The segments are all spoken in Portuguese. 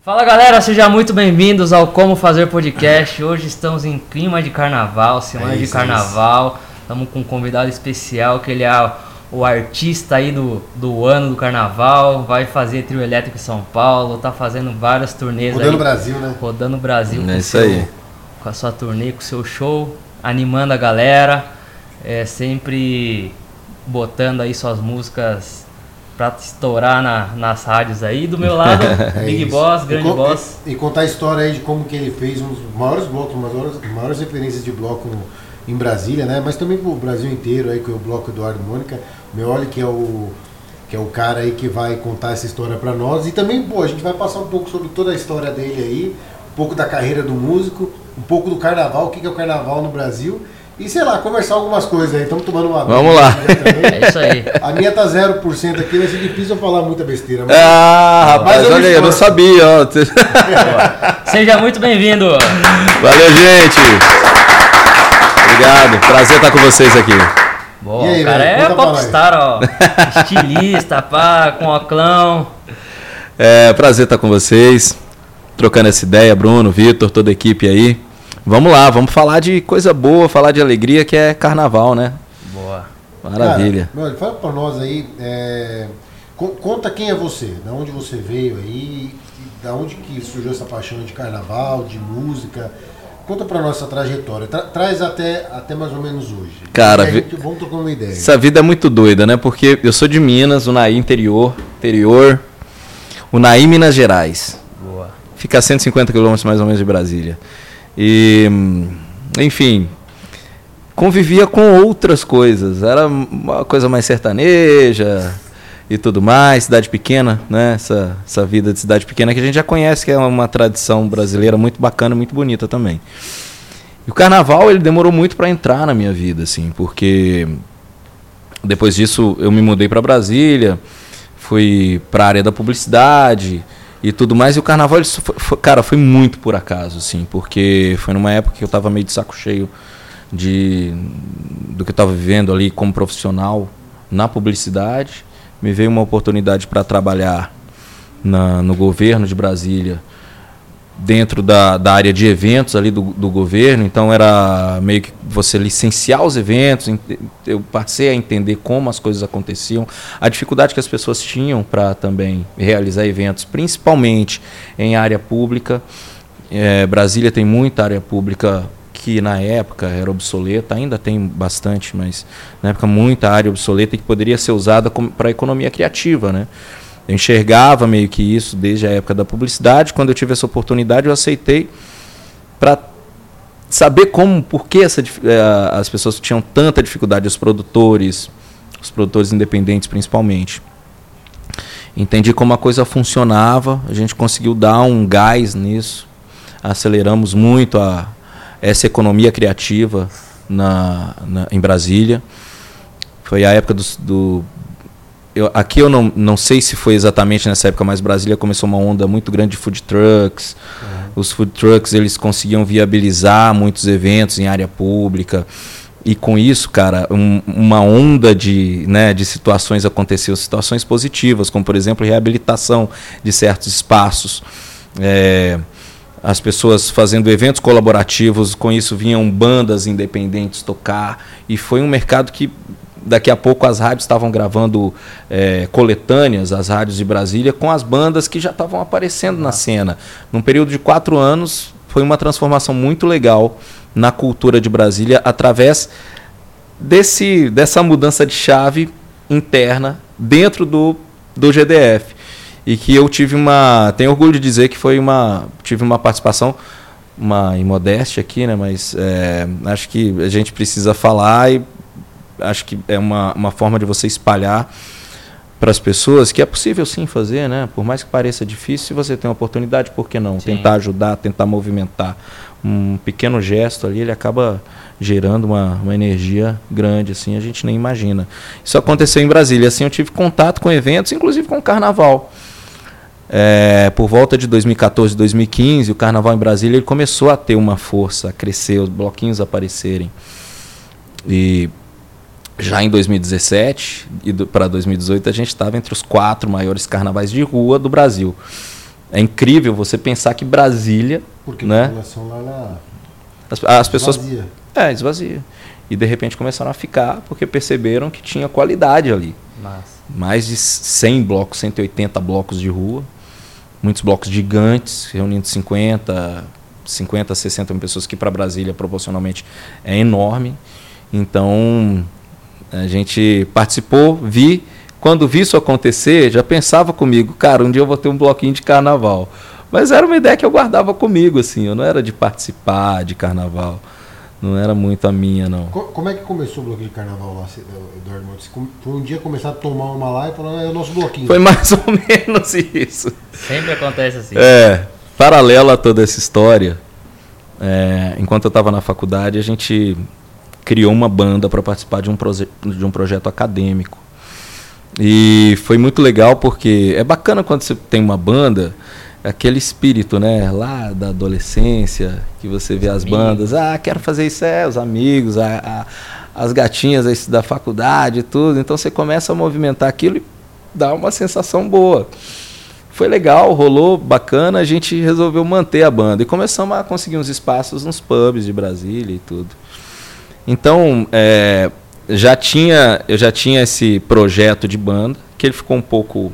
Fala galera, sejam muito bem-vindos ao Como Fazer Podcast. Hoje estamos em clima de carnaval, semana de carnaval. Estamos com um convidado especial, que ele é o artista aí do ano do carnaval. Vai fazer trio elétrico em São Paulo, tá fazendo várias turnês rodando aí. o Brasil, né? Rodando o Brasil. É isso aí. Com a sua turnê, com o seu show, animando a galera. Sempre botando aí suas músicas pra estourar nas rádios aí. Do meu lado, Big Boss, grande boss. E contar a história aí de como que ele fez um dos maiores blocos, uma das maiores referências de bloco em Brasília, né? Mas também pro Brasil inteiro aí, com o bloco Eduardo e Mônica. Meoli, que é o cara aí que vai contar essa história pra nós. E também, a gente vai passar um pouco sobre toda a história dele aí, um pouco da carreira do músico, um pouco do carnaval, o que é o carnaval no Brasil. E sei lá, conversar algumas coisas aí. Estamos tomando uma... Vamos lá. É isso aí. A minha tá 0% aqui, vai ser difícil eu falar muita besteira. Mas... rapaz, olha aí, eu não sabia, ó. Seja muito bem-vindo. Valeu, gente. Obrigado, prazer estar com vocês aqui. Boa, aí, o cara velho, é conta pra popstar, ó. Estilista, pá, com oclão. Prazer estar com vocês, trocando essa ideia, Bruno, Vitor, toda a equipe aí. Vamos lá, vamos falar de coisa boa, falar de alegria, que é carnaval, né? Boa. Maravilha. Cara, fala pra nós aí, conta quem é você, da onde você veio aí, da onde que surgiu essa paixão de carnaval, de música. Conta pra nós essa trajetória, traz até mais ou menos hoje. Cara, vamos trocar uma ideia. Essa vida é muito doida, né? Porque eu sou de Minas, Unai interior, Unai, Minas Gerais. Boa. Fica a 150 quilômetros mais ou menos de Brasília. E, enfim, convivia com outras coisas. Era uma coisa mais sertaneja e tudo mais, cidade pequena, né? Essa vida de cidade pequena que a gente já conhece, que é uma tradição brasileira muito bacana, muito bonita também. E o carnaval, ele demorou muito para entrar na minha vida, assim, porque depois disso eu me mudei para Brasília, fui para a área da publicidade e tudo mais, e o carnaval, foi muito por acaso, assim, porque foi numa época que eu estava meio de saco cheio do que eu estava vivendo ali como profissional na publicidade. Me veio uma oportunidade para trabalhar no governo de Brasília, dentro da área de eventos ali do governo, então era meio que você licenciar os eventos. Eu passei a entender como as coisas aconteciam, a dificuldade que as pessoas tinham para também realizar eventos, principalmente em área pública. Brasília tem muita área pública que na época era obsoleta, ainda tem bastante, mas na época muita área obsoleta e que poderia ser usada para a economia criativa, né? Eu enxergava meio que isso desde a época da publicidade. Quando eu tive essa oportunidade, eu aceitei para saber por que as pessoas tinham tanta dificuldade, os produtores independentes principalmente. Entendi como a coisa funcionava, a gente conseguiu dar um gás nisso, aceleramos muito essa economia criativa em Brasília. Foi a época aqui eu não sei se foi exatamente nessa época, mas Brasília começou uma onda muito grande de food trucks. Os food trucks, eles conseguiam viabilizar muitos eventos em área pública. E com isso, cara, uma onda de situações aconteceu, situações positivas, como por exemplo reabilitação de certos espaços. As pessoas fazendo eventos colaborativos, com isso vinham bandas independentes tocar. E foi um mercado que daqui a pouco as rádios estavam gravando coletâneas, as rádios de Brasília, com as bandas que já estavam aparecendo na cena. Num período de 4 anos, foi uma transformação muito legal na cultura de Brasília, através dessa mudança de chave interna dentro do GDF. E que eu tenho orgulho de dizer que tive uma participação, uma imodéstia aqui, né? Mas acho que a gente precisa falar e acho que é uma forma de você espalhar para as pessoas que é possível sim fazer, né? Por mais que pareça difícil, se você tem uma oportunidade, por que não? Sim. Tentar ajudar, tentar movimentar. Um pequeno gesto ali, ele acaba gerando uma energia grande, assim, a gente nem imagina. Isso aconteceu em Brasília, assim, eu tive contato com eventos, inclusive com o carnaval. Por volta de 2014, 2015, o carnaval em Brasília ele começou a ter uma força, a crescer, os bloquinhos aparecerem. E já em 2017 e para 2018 a gente estava entre os 4 maiores carnavais de rua do Brasil. É incrível você pensar que Brasília... Porque né? a população lá As pessoas... esvazia. Esvazia. E de repente começaram a ficar porque perceberam que tinha qualidade ali. Massa. Mais de 100 blocos, 180 blocos de rua. Muitos blocos gigantes, reunindo 50, 60 mil pessoas, que para Brasília proporcionalmente é enorme. Então, a gente participou, vi. Quando vi isso acontecer, já pensava comigo, cara, um dia eu vou ter um bloquinho de carnaval. Mas era uma ideia que eu guardava comigo, assim. Eu não era de participar de carnaval. Não era muito a minha, não. Como é que começou o bloquinho de carnaval lá, Eduardo Montes? Foi um dia começar a tomar uma lá e falar, é o nosso bloquinho. Foi mais ou menos isso. Sempre acontece assim. Paralelo a toda essa história, enquanto eu estava na faculdade, a gente criou uma banda para participar de um projeto acadêmico. E foi muito legal porque é bacana quando você tem uma banda, aquele espírito, né, lá da adolescência, que você vê as bandas, quero fazer isso, os amigos, as gatinhas da faculdade e tudo, então você começa a movimentar aquilo e dá uma sensação boa. Foi legal, rolou, bacana, a gente resolveu manter a banda e começamos a conseguir uns espaços nos pubs de Brasília e tudo. Então, eu já tinha esse projeto de banda, que ele ficou um pouco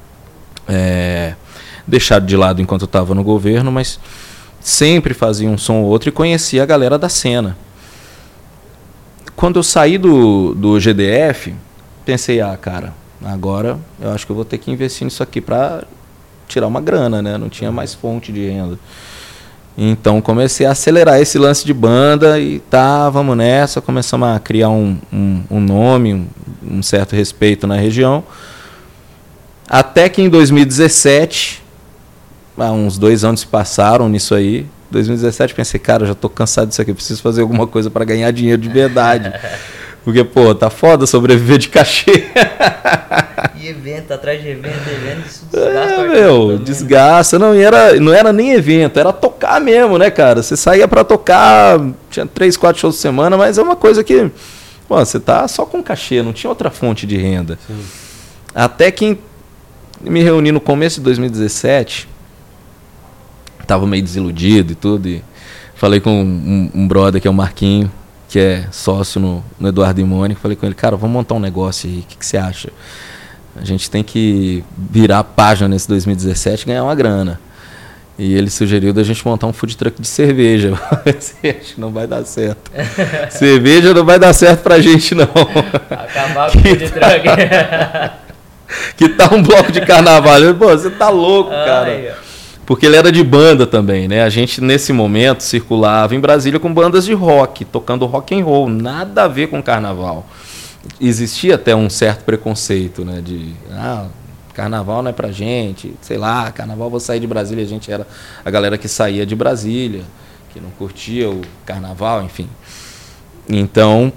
deixado de lado enquanto eu estava no governo, mas sempre fazia um som ou outro e conhecia a galera da cena. Quando eu saí do GDF, pensei, cara, agora eu acho que eu vou ter que investir nisso aqui para tirar uma grana, né? Não tinha mais fonte de renda. Então comecei a acelerar esse lance de banda e vamos nessa, começamos a criar um nome, um certo respeito na região. Até que em 2017, uns 2 anos se passaram nisso aí. Em 2017 pensei, cara, eu já tô cansado disso aqui, eu preciso fazer alguma coisa para ganhar dinheiro de verdade. Porque, tá foda sobreviver de cachê. E evento, atrás de evento, isso desgasta. Desgasta. Não era nem evento, era tocar mesmo, né, cara? Você saía para tocar, tinha 3, 4 shows por semana, mas é uma coisa que, você tá só com cachê, não tinha outra fonte de renda. Sim. Até que me reuni no começo de 2017, tava meio desiludido e tudo, e falei com um brother que é o Marquinho, que é sócio no Eduardo e Mônica, falei com ele, cara, vamos montar um negócio aí, o que você acha? A gente tem que virar a página nesse 2017 e ganhar uma grana. E ele sugeriu da gente montar um food truck de cerveja. Acho que não vai dar certo. Cerveja não vai dar certo pra gente, não. Acabar com o food truck. Que tá um bloco de carnaval. Você tá louco, cara. Porque ele era de banda também, né? A gente, nesse momento, circulava em Brasília com bandas de rock, tocando rock and roll, nada a ver com carnaval. Existia até um certo preconceito, né? De, carnaval não é pra gente, sei lá, carnaval vou sair de Brasília. A gente era a galera que saía de Brasília, que não curtia o carnaval, enfim. Então,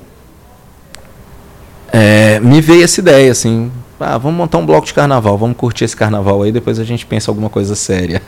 me veio essa ideia, assim... vamos montar um bloco de carnaval, vamos curtir esse carnaval aí, depois a gente pensa alguma coisa séria.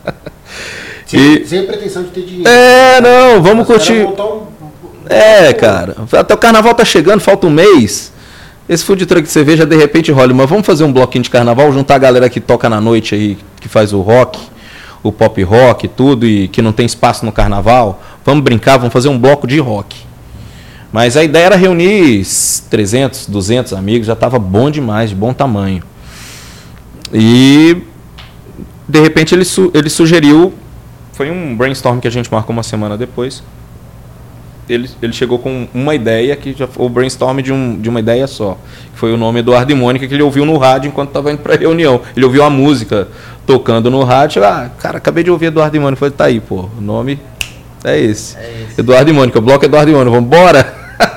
Sem pretensão de ter dinheiro. Não, vamos curtir. Cara, até o carnaval tá chegando, falta um mês. Esse food truck de cerveja, de repente, rola, mas vamos fazer um bloquinho de carnaval, juntar a galera que toca na noite aí, que faz o rock, o pop rock e tudo, e que não tem espaço no carnaval. Vamos brincar, vamos fazer um bloco de rock. Mas a ideia era reunir 300, 200 amigos, já estava bom demais, de bom tamanho. E, de repente, ele sugeriu, foi um brainstorm que a gente marcou uma semana depois, ele chegou com uma ideia, que já foi o brainstorm de uma ideia só, que foi o nome Eduardo e Mônica, que ele ouviu no rádio enquanto estava indo para a reunião. Ele ouviu a música tocando no rádio, cara, acabei de ouvir Eduardo e Mônica, falei, tá aí, pô, o nome é esse. Eduardo e Mônica, o bloco Eduardo e Mônica, vamos embora?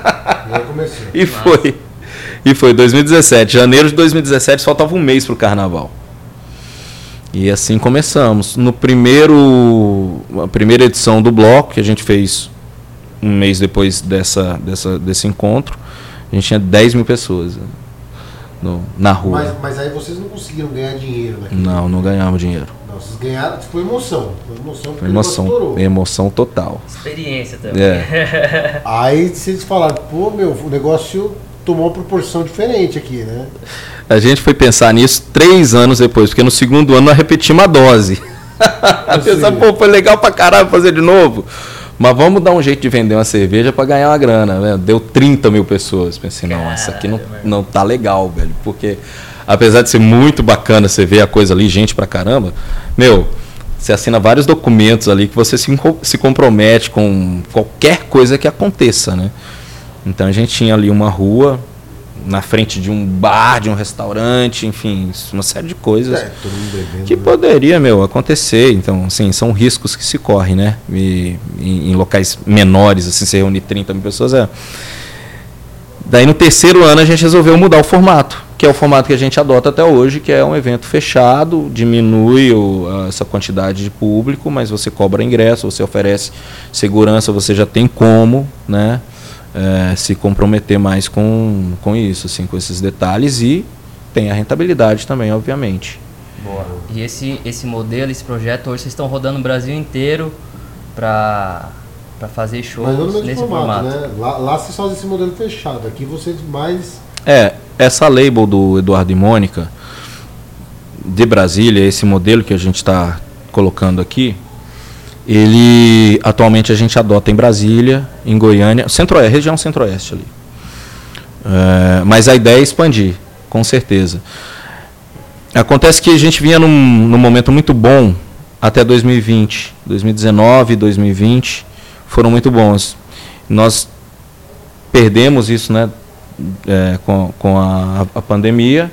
E foi 2017, janeiro de 2017, faltava um mês pro carnaval. E assim começamos. A primeira edição do bloco, que a gente fez um mês depois desse encontro, a gente tinha 10 mil pessoas na rua. Mas aí vocês não conseguiram ganhar dinheiro, né? Não ganhamos dinheiro. Não, vocês ganharam, foi emoção. Foi emoção total. Experiência também. Aí vocês falaram, o negócio tomou uma proporção diferente aqui, né? A gente foi pensar nisso 3 anos depois, porque no segundo ano nós repetimos a dose. Pensar, pô, foi legal pra caralho fazer de novo. Mas vamos dar um jeito de vender uma cerveja para ganhar uma grana, né? Deu 30 mil pessoas. Pensei, não, essa aqui não tá legal, velho. Porque apesar de ser muito bacana você ver a coisa ali, gente pra caramba, meu, você assina vários documentos ali que você se compromete com qualquer coisa que aconteça, né? Então a gente tinha ali uma rua na frente de um bar, de um restaurante, enfim, uma série de coisas todo mundo bebendo, que poderia, acontecer. Então, assim, são riscos que se correm, né? E, em locais menores, assim, se reunir 30 mil pessoas, Daí, no terceiro ano, a gente resolveu mudar o formato, que é o formato que a gente adota até hoje, que é um evento fechado, diminui essa quantidade de público, mas você cobra ingresso, você oferece segurança, você já tem como, né? Se comprometer mais com isso, assim, com esses detalhes, e tem a rentabilidade também, obviamente. Boa. E esse modelo, esse projeto, hoje vocês estão rodando o Brasil inteiro para fazer shows mas não no mesmo nesse formato. né? Lá vocês fazem esse modelo fechado, aqui vocês mais... Essa label do Eduardo e Mônica, de Brasília, esse modelo que a gente está colocando aqui, ele atualmente a gente adota em Brasília, em Goiânia, região centro-oeste ali. Mas a ideia é expandir, com certeza. Acontece que a gente vinha num momento muito bom até 2020. 2019 e 2020 foram muito bons. Nós perdemos isso, né, com a pandemia.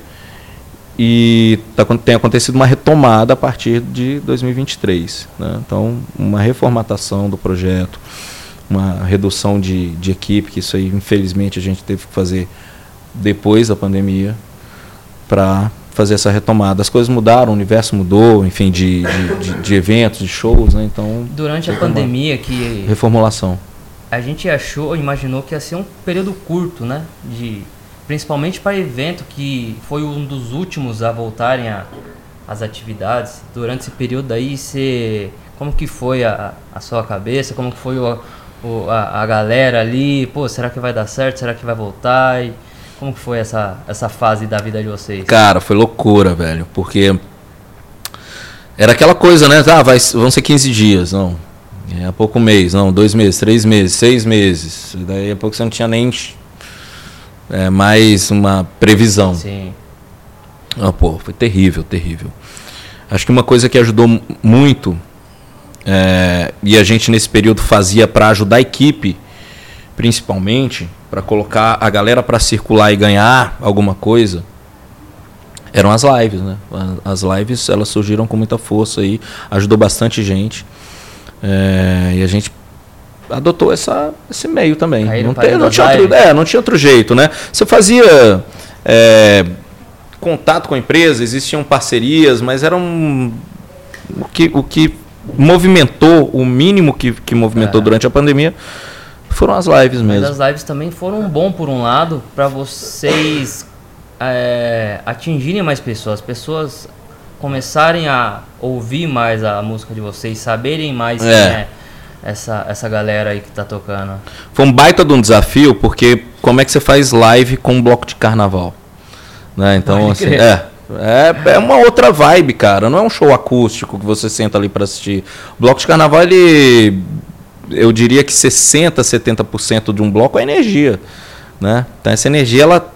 E tem acontecido uma retomada a partir de 2023. Né? Então, uma reformatação do projeto, uma redução de equipe, que isso aí, infelizmente, a gente teve que fazer depois da pandemia para fazer essa retomada. As coisas mudaram, o universo mudou, enfim, de eventos, de shows. Né? Então, durante a pandemia, que reformulação. A gente imaginou que ia ser um período curto, né? Principalmente para evento, que foi um dos últimos a voltarem às atividades. Durante esse período aí, como que foi a sua cabeça? Como que foi a galera ali? Pô, será que vai dar certo? Será que vai voltar? E como que foi essa fase da vida de vocês? Cara, foi loucura, velho. Porque era aquela coisa, né? Vão ser 15 dias, não. Há pouco mês, não. 2 meses, 3 meses, 6 meses. Daí a pouco você não tinha nem... mais uma previsão. Sim. Foi terrível, terrível. Acho que uma coisa que ajudou muito, e a gente nesse período fazia para ajudar a equipe, principalmente, para colocar a galera para circular e ganhar alguma coisa, eram as lives, né? As lives, elas surgiram com muita força aí, ajudou bastante gente. E a gente adotou esse meio também. Não tinha outro jeito, né? Você fazia contato com a empresa, existiam parcerias, mas era o que movimentou, o mínimo que movimentou durante a pandemia foram as lives mesmo. Mas as lives também foram bom por um lado, para vocês atingirem mais pessoas. Pessoas começarem a ouvir mais a música de vocês, saberem mais quem é essa galera aí que tá tocando. Foi um baita de um desafio, porque como é que você faz live com um bloco de carnaval? Né? Então, assim, é uma outra vibe, cara. Não é um show acústico que você senta ali para assistir. O bloco de carnaval, eu diria que 60%, 70% de um bloco é energia. Né? Então essa energia, ela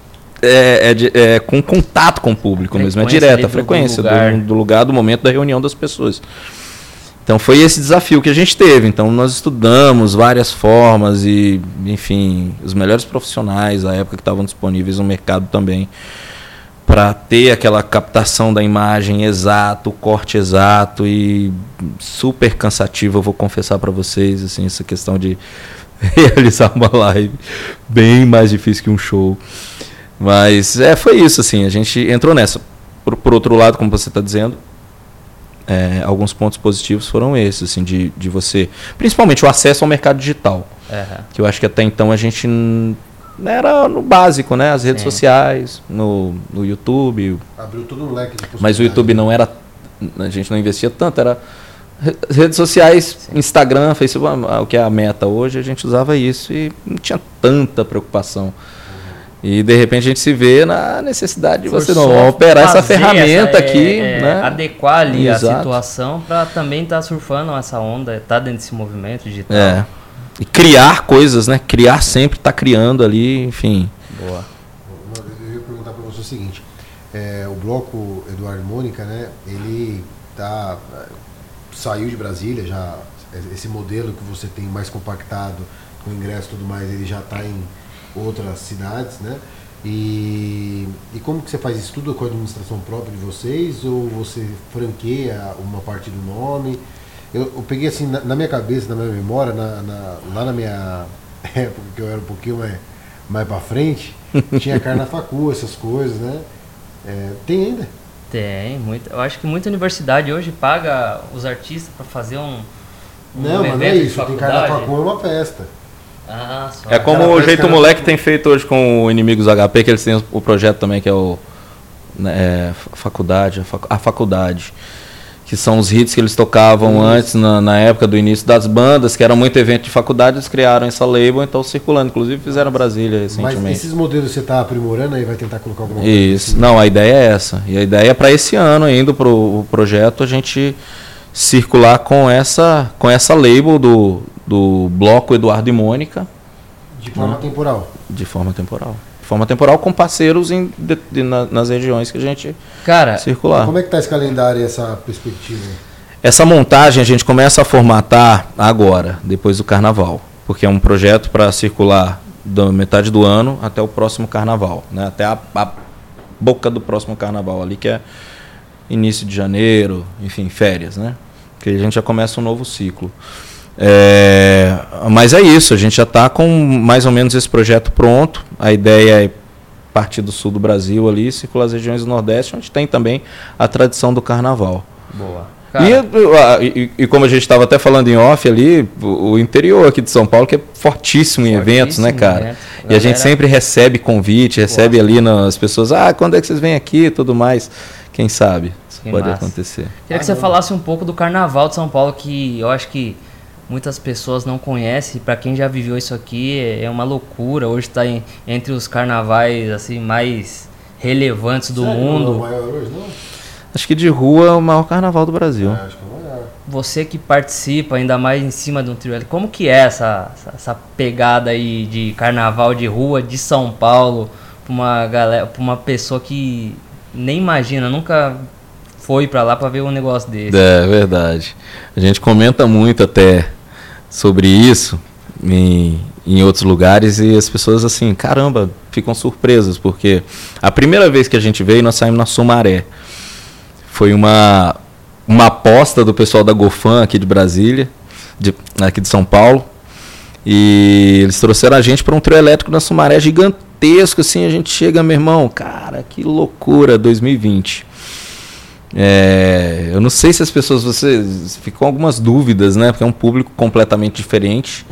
com contato com o público mesmo, é direta, a frequência do lugar, do momento da reunião das pessoas. Então foi esse desafio que a gente teve. Então nós estudamos várias formas e, enfim, os melhores profissionais da época que estavam disponíveis no mercado também, para ter aquela captação da imagem exato, o corte exato, e super cansativo, eu vou confessar para vocês, assim, essa questão de realizar uma live, bem mais difícil que um show. Mas foi isso, assim, a gente entrou nessa. Por outro lado, como você está dizendo, alguns pontos positivos foram esses, assim, de você, principalmente o acesso ao mercado digital, que eu acho que até então a gente era no básico, né? As redes sociais, no YouTube. Abriu todo um leque de possibilidades. Mas o YouTube não era, a gente não investia tanto, era redes sociais, Instagram, Facebook, o que é a Meta hoje, a gente usava isso e não tinha tanta preocupação. E de repente a gente se vê na necessidade de você não operar essa ferramenta aqui, né? Adequar ali Exato. a situação para também estar surfando essa onda, estar dentro desse movimento digital. E criar coisas, né? Criar sempre, tá criando ali, enfim. Boa. Eu ia perguntar para você o seguinte, o bloco Eduardo e Mônica, né? Ele saiu de Brasília, já esse modelo que você tem mais compactado, com ingresso e tudo mais, ele já está em outras cidades, né? E como que você faz isso tudo com a administração própria de vocês, ou você franqueia uma parte do nome? Eu peguei assim, na minha cabeça, na minha memória, lá na minha época, que eu era um pouquinho mais pra frente, tinha Carnafacu, essas coisas, né? Tem ainda? Tem, eu acho que muita universidade hoje paga os artistas para fazer um Não, mas não é isso, tem Carnafacu, é uma festa. Só. É como o Jeito Moleque tem feito hoje com o Inimigos HP, que eles têm o projeto também, que é a faculdade, que são os hits que eles tocavam antes, na época do início das bandas, que era muito evento de faculdade, eles criaram essa label, então circulando, inclusive fizeram Brasília recentemente. Mas esses modelos você está aprimorando aí, vai tentar colocar alguma coisa? Isso, não, a ideia é essa, e a ideia é para esse ano ainda, pro projeto, a gente circular com essa label do bloco Eduardo e Mônica. De forma temporal? De forma temporal. De forma temporal com parceiros nas regiões que a gente circular. Como é que está esse calendário e essa perspectiva? Essa montagem a gente começa a formatar agora, depois do carnaval. Porque é um projeto para circular da metade do ano até o próximo carnaval. Né? Até a boca do próximo carnaval ali, que é início de janeiro, enfim, férias, né? Que a gente já começa um novo ciclo. Mas é isso, a gente já está com mais ou menos esse projeto pronto. A ideia é partir do sul do Brasil ali, circular as regiões do Nordeste, onde tem também a tradição do carnaval. Boa. E como a gente estava até falando em off ali, o interior aqui de São Paulo, que é fortíssimo em eventos, né, cara? E a gente sempre recebe convite, recebe ali as pessoas, quando é que vocês vêm aqui e tudo mais. Quem sabe isso pode acontecer. Queria que você falasse um pouco do Carnaval de São Paulo, que eu acho que muitas pessoas não conhecem. Para quem já viveu isso aqui, é uma loucura. Hoje está entre os carnavais assim, mais relevantes do mundo. Não é o maior hoje, não? Acho que de rua é o maior carnaval do Brasil. Acho que é o maior. Você que participa, ainda mais em cima de um trio, como que é essa pegada aí de carnaval de rua de São Paulo para uma pessoa que nem imagina, nunca foi para lá para ver um negócio desse? É verdade. A gente comenta muito até sobre isso em outros lugares e as pessoas assim, caramba, ficam surpresas, porque a primeira vez que a gente veio, nós saímos na Sumaré. Foi uma aposta do pessoal da Gofan aqui de Brasília, aqui de São Paulo, e eles trouxeram a gente para um trio elétrico na Sumaré gigantesco, assim, a gente chega, meu irmão, cara, que loucura, 2020. Eu não sei se as pessoas, vocês ficam algumas dúvidas, né? Porque é um público completamente diferente,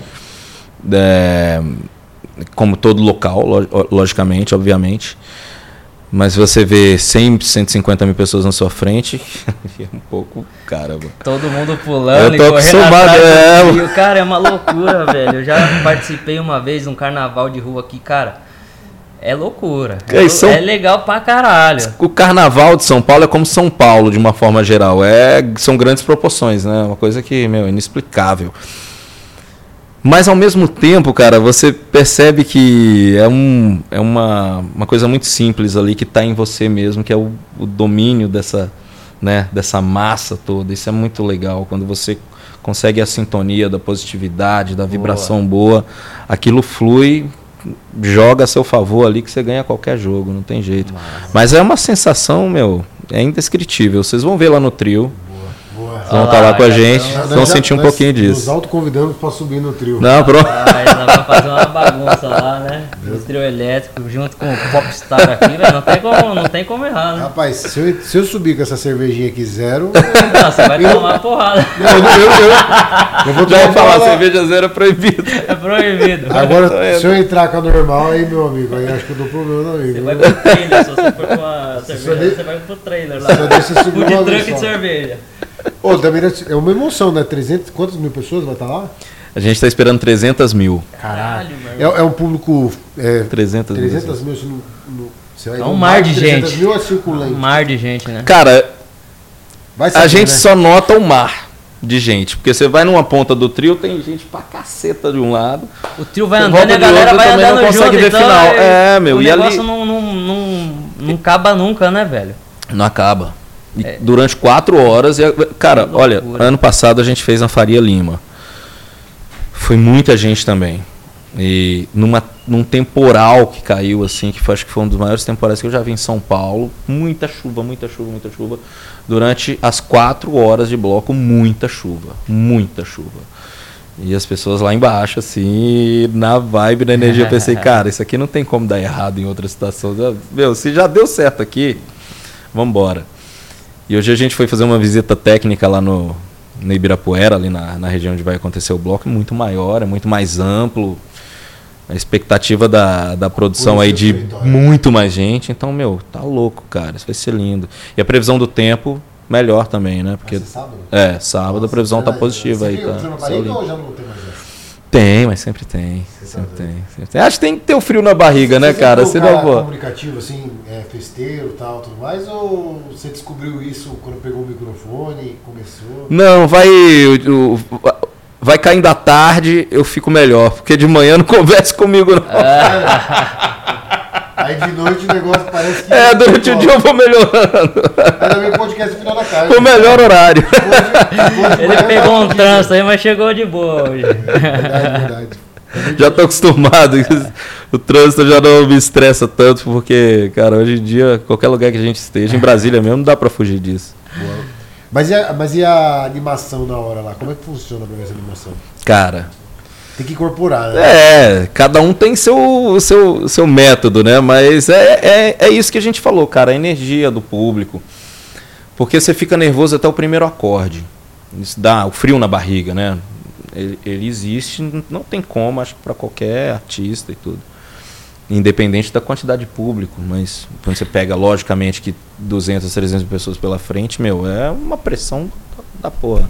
como todo local, logicamente, obviamente. Mas você vê 100, 150 mil pessoas na sua frente, é um pouco, caramba. Todo mundo pulando e correndo atrás do rio. Cara, é uma loucura, velho. Eu já participei uma vez de um carnaval de rua aqui, cara. É loucura. É legal pra caralho. O carnaval de São Paulo é como São Paulo, de uma forma geral. São grandes proporções, né? Uma coisa que, é inexplicável. Mas ao mesmo tempo, cara, você percebe que é uma coisa muito simples ali que está em você mesmo, que é o domínio dessa massa toda. Isso é muito legal. Quando você consegue a sintonia da positividade, da vibração boa, aquilo flui, joga a seu favor ali que você ganha qualquer jogo, não tem jeito. Mas é uma sensação, é indescritível. Vocês vão ver lá no trio. Vão estar lá com a gente, vão sentir um pouquinho disso. Nos autoconvidamos para subir no trio. Não, pronto. Nós vamos fazer uma bagunça lá, né? No trio elétrico, junto com o Popstar aqui, velho. Não tem como errar, né? Rapaz, se eu subir com essa cervejinha aqui zero... Não, você vai tomar uma porrada. Eu vou falar, cerveja zero é proibido. É proibido. Agora, se eu entrar com a normal, aí, meu amigo, aí acho que eu dou problema, amigo. Você vai pro trailer, se você for com uma cerveja, você vai pro trailer lá. Só deixa subir uma truque de cerveja. Também é uma emoção, né? 300, quantas mil pessoas vai estar lá? A gente tá esperando 300 mil. Caralho, é um público... 300 mil. É um mar de gente. 300 mil é circulante. Um mar de gente, né? Cara, saber, a gente né? só nota o mar de gente. Porque você vai numa ponta do trio, tem gente pra caceta de um lado. O trio vai andando e a galera vai andando não consegue ver então final. Meu. O e negócio ali... não acaba nunca, né, velho? Não acaba. Durante 4 horas. Cara, olha, ano passado a gente fez na Faria Lima. Foi muita gente também. E num temporal que caiu, assim, acho que foi um dos maiores temporais que eu já vi em São Paulo. Muita chuva. Durante as 4 horas de bloco, muita chuva. E as pessoas lá embaixo, assim, na vibe da energia, eu pensei, cara, isso aqui não tem como dar errado em outra situação. Meu, se já deu certo aqui, vambora. E hoje a gente foi fazer uma visita técnica lá no Ibirapuera, ali na região onde vai acontecer o bloco, é muito maior, é muito mais amplo. A expectativa da produção aí de muito mais gente. Então, meu, tá louco, cara. Isso vai ser lindo. E a previsão do tempo, melhor também, né? Porque sábado? Sábado. Nossa, a previsão tá positiva aí, tá? Ou já não tem mais? Tem, mas sempre tem. Sempre tem. Acho que tem que ter o frio na barriga, né, cara? Você é comunicativo, assim, festeiro e tal, tudo mais? Ou você descobriu isso quando pegou o microfone e começou? Não, vai caindo à tarde, eu fico melhor. Porque de manhã não conversa comigo, não. Aí de noite o negócio parece que... durante o dia eu vou melhorando. Ainda bem podcast no final da tarde. O melhor horário. Ele pegou um trânsito aí, mas chegou de boa hoje. Verdade. Já tô acostumado. O trânsito já não me estressa tanto, porque, cara, hoje em dia, qualquer lugar que a gente esteja, em Brasília mesmo, não dá pra fugir disso. Mas e a animação na hora lá? Como é que funciona pra essa animação? Cara... Tem que incorporar, né? Cada um tem seu método, né? Mas é isso que a gente falou, cara, a energia do público. Porque você fica nervoso até o primeiro acorde. Isso dá o frio na barriga, né? Ele existe, não tem como, acho que para qualquer artista e tudo. Independente da quantidade de público. Mas quando você pega, logicamente, que 200, 300 pessoas pela frente, meu, é uma pressão da porra.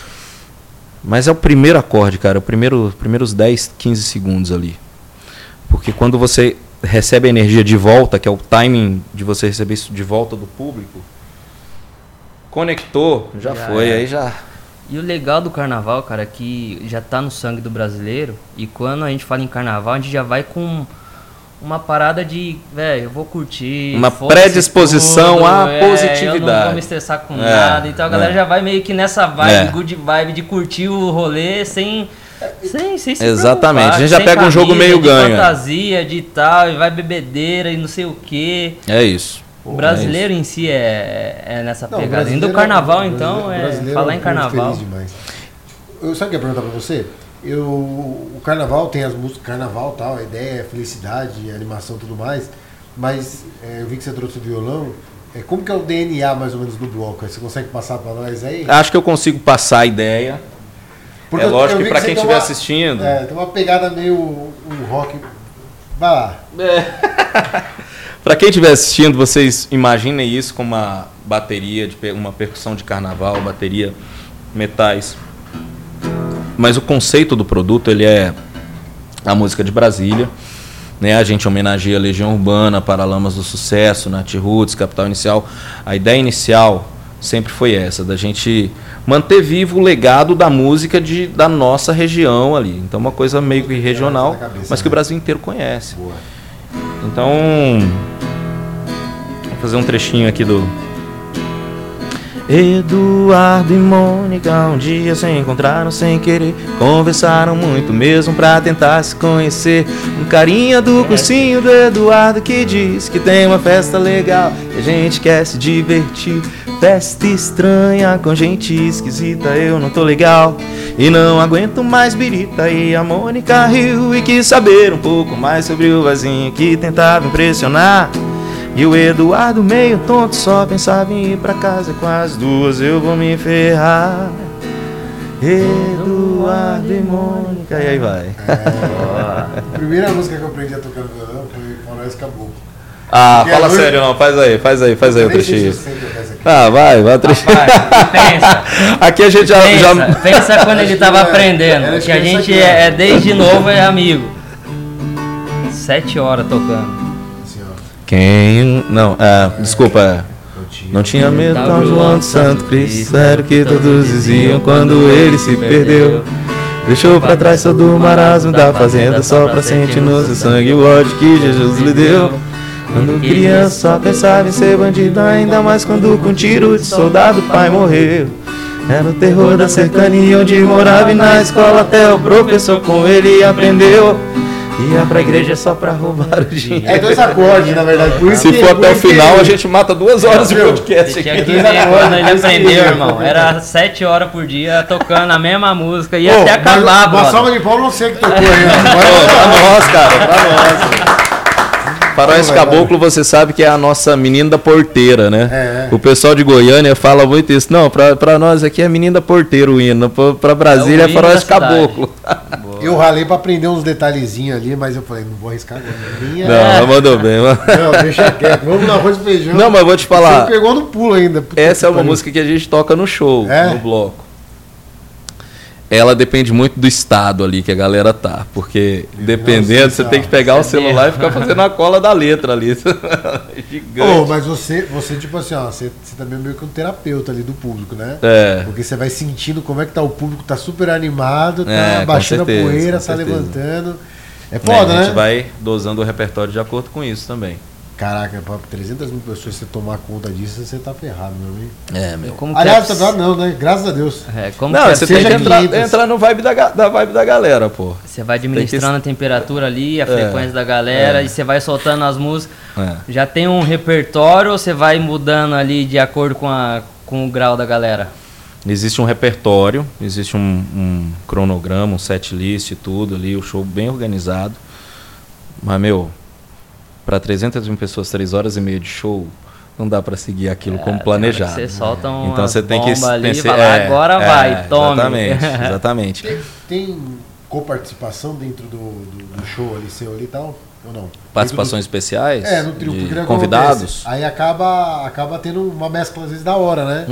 Mas é o primeiro acorde, cara, primeiros 10, 15 segundos ali. Porque quando você recebe a energia de volta, que é o timing de você receber isso de volta do público, conectou, já foi, aí já... E o legal do carnaval, cara, é que já tá no sangue do brasileiro, e quando a gente fala em carnaval, a gente já vai com uma parada de, velho, eu vou curtir. Uma predisposição tudo, à positividade. Eu não vou me estressar com nada. Então a galera já vai meio que nessa vibe, good vibe, de curtir o rolê sem se exatamente. A gente já pega camisa, um jogo meio ganho. Fantasia, de tal, e vai bebedeira e não sei o quê. É isso. O brasileiro em si é nessa pegada. E do carnaval, então, falar em carnaval. Eu sabe o que eu ia perguntar pra você? O carnaval tem as músicas, carnaval tal, a ideia é felicidade, animação e tudo mais, mas eu vi que você trouxe o violão. Como que é o DNA mais ou menos do bloco? Você consegue passar para nós aí? Acho que eu consigo passar a ideia. Porque lógico que para quem estiver assistindo... tem uma pegada meio um rock... Vai lá. Para quem estiver assistindo, vocês imaginem isso como uma bateria, uma percussão de carnaval, bateria, metais... Mas o conceito do produto, ele é a música de Brasília, né? A gente homenageia a Legião Urbana, Paralamas do Sucesso, Nath Roots, Capital Inicial. A ideia inicial sempre foi essa, da gente manter vivo o legado da música da nossa região ali. Então uma coisa meio que regional, mas que o Brasil inteiro conhece. Boa. Então, vou fazer um trechinho aqui do... Eduardo e Mônica um dia se encontraram sem querer, conversaram muito mesmo pra tentar se conhecer. Um carinha do cursinho do Eduardo que diz que tem uma festa legal e a gente quer se divertir. Festa estranha com gente esquisita, eu não tô legal e não aguento mais birita. E a Mônica riu e quis saber um pouco mais sobre o vasinho que tentava impressionar. E o Eduardo meio tonto só pensava em ir pra casa, com as duas eu vou me ferrar. Eduardo e Mônica. E aí vai. A primeira música que eu aprendi a tocar no violão foi Floresta Caboclo. Fala sério não, faz aí o trechinho. vai Rapaz, pensa. Aqui a gente Pensa quando ele tava aprendendo, que a gente desde novo é amigo. 7 horas tocando. Desculpa. Não tinha medo, São João de Santo Cristo, era o que todos diziam quando ele se perdeu. Deixou pra trás todo o marasmo da fazenda, só pra sentir no seu sangue o ódio que Jesus lhe deu. Quando criança só pensava em ser bandido, ainda mais quando com tiro de soldado o pai morreu. Era o terror da cercania onde morava e na escola até o professor com ele aprendeu. Ia pra igreja só pra roubar o dinheiro. É 2 acordes, na verdade. Por isso se for até o final, a gente mata 2 horas de podcast aqui. Quando ele aprendeu, irmão. Era 7 horas por dia tocando a mesma música. Ia até acabar, brother. Uma salva de palmas não sei que tocou aí. Pra nós, cara. Pra nós. Faróis Caboclo, você sabe que é a nossa menina da porteira, né? O pessoal de Goiânia fala muito isso. Não, pra nós aqui é menina da porteira o hino. Pra Brasília é Faróis Caboclo. Eu ralei pra aprender uns detalhezinhos ali, mas eu falei, não vou arriscar agora. Não, mandou bem. Não, deixa quieto. Vamos no arroz e feijão. Não, mas vou te falar. Você pegou no pulo ainda. Essa é uma música que a gente toca no show, no bloco. Ela depende muito do estado ali que a galera tá. Porque dependendo, você tem que pegar o celular e ficar fazendo a cola da letra ali. Gigante. Mas você, tipo assim, você também é meio que um terapeuta ali do público, né? Porque você vai sentindo como é que tá o público, tá super animado, tá baixando a poeira, tá levantando. É foda, né? A gente vai dosando o repertório de acordo com isso também. Caraca, pra 300 mil pessoas você tomar conta disso, você tá ferrado, meu amigo. Como aliás, não, né? Graças a Deus. Você tem que entrar no vibe da vibe da galera, pô. Você vai administrando a temperatura ali, a frequência da galera, e você vai soltando as músicas. Já tem um repertório ou você vai mudando ali de acordo com o grau da galera? Existe um repertório, existe um cronograma, um set list e tudo ali, o show bem organizado. Mas, para 300 mil pessoas, 3 horas e meia de show, não dá para seguir aquilo como planejado. Você solta uma então você tem que ali, agora vai, tome. Exatamente. Tem coparticipação dentro do show ali seu ali e tal? Ou não? Participações especiais? No trio, porque convidados? Aí acaba tendo uma mescla às vezes da hora, né?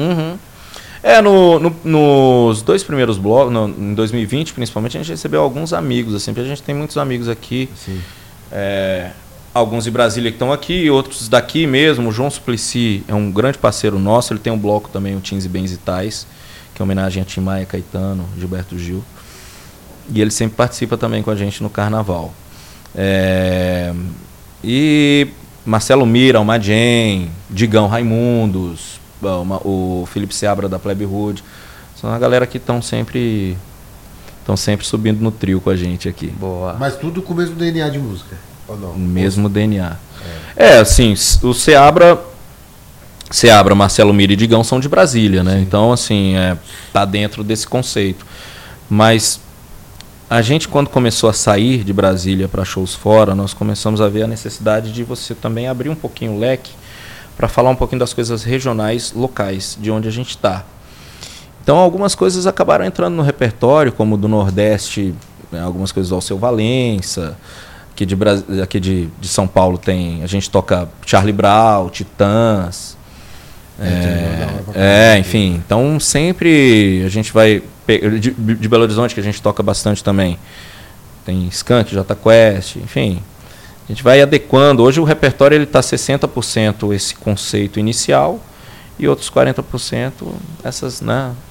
Nos 2 primeiros blocos, em 2020 principalmente, a gente recebeu alguns amigos, assim, porque a gente tem muitos amigos aqui. Sim. Alguns de Brasília que estão aqui, outros daqui mesmo. O João Suplicy é um grande parceiro nosso. Ele tem um bloco também, o Teens e Bens e Tais, que é homenagem a Tim Maia, Caetano, Gilberto Gil. E ele sempre participa também com a gente no Carnaval. E Marcelo Mira, Almadien, Digão Raimundos, o Felipe Seabra da Plebe Hood. São a galera que estão sempre subindo no trio com a gente aqui. Boa. Mas tudo com o mesmo DNA de música? Ou não? Mesmo DNA. Assim, o Seabra, Marcelo Mira e Digão são de Brasília, né? Sim. Então, assim, tá dentro desse conceito. Mas a gente, quando começou a sair de Brasília para shows fora, nós começamos a ver a necessidade de você também abrir um pouquinho o leque para falar um pouquinho das coisas regionais, locais, de onde a gente está. Então, algumas coisas acabaram entrando no repertório, como do Nordeste, algumas coisas do Alceu Valença. Aqui de São Paulo a gente toca Charlie Brown, Titãs. Enfim. Então sempre a gente vai. De Belo Horizonte, que a gente toca bastante também. Tem Skank, Jota Quest, enfim. A gente vai adequando. Hoje o repertório ele está 60% esse conceito inicial e outros 40% essas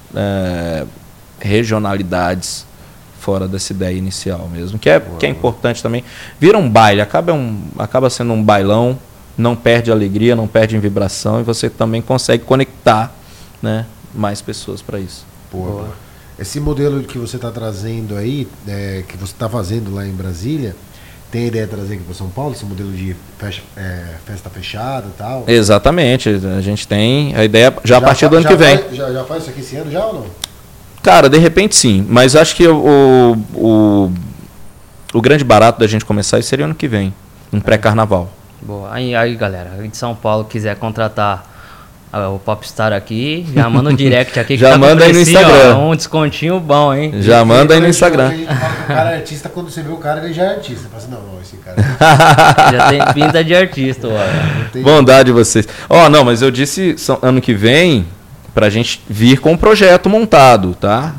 regionalidades fora dessa ideia inicial mesmo, que é importante também. Vira um baile, acaba sendo um bailão, não perde alegria, não perde em vibração, e você também consegue conectar, né, mais pessoas para isso. Boa. Esse modelo que você está trazendo aí, que você está fazendo lá em Brasília, tem a ideia de trazer aqui para São Paulo, esse modelo de festa fechada e tal? Exatamente, a gente tem a ideia já a partir do ano que vem. Já faz isso aqui esse ano já ou não? Cara, de repente sim, mas acho que o grande barato da gente começar seria ano que vem, um pré-carnaval. Boa. Aí galera, de São Paulo quiser contratar O Popstar aqui, já manda um direct aqui. Já manda aí no Instagram. Ó, um descontinho bom, hein? Já manda aí no Instagram. O cara é artista, quando você vê o cara, ele já é artista. Fala assim, não, esse cara já tem pinta de artista, ó. Bondade de vocês. Não, mas eu disse ano que vem pra gente vir com um projeto montado, tá?